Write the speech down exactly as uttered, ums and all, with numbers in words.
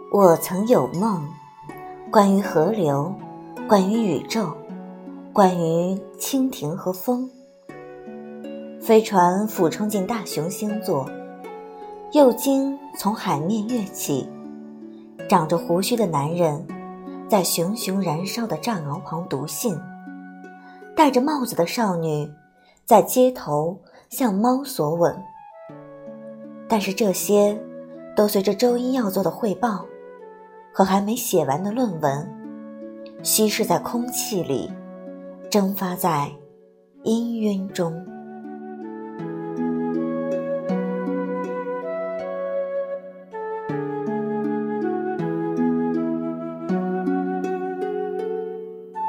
我曾有梦，关于河流，关于宇宙，关于蜻蜓和风。飞船俯冲进大熊星座，幼鲸从海面跃起，长着胡须的男人在熊熊燃烧的战壕旁读信，戴着帽子的少女在街头向猫索吻。但是这些都随着周一要做的汇报和还没写完的论文稀释在空气里，蒸发在氤氲中。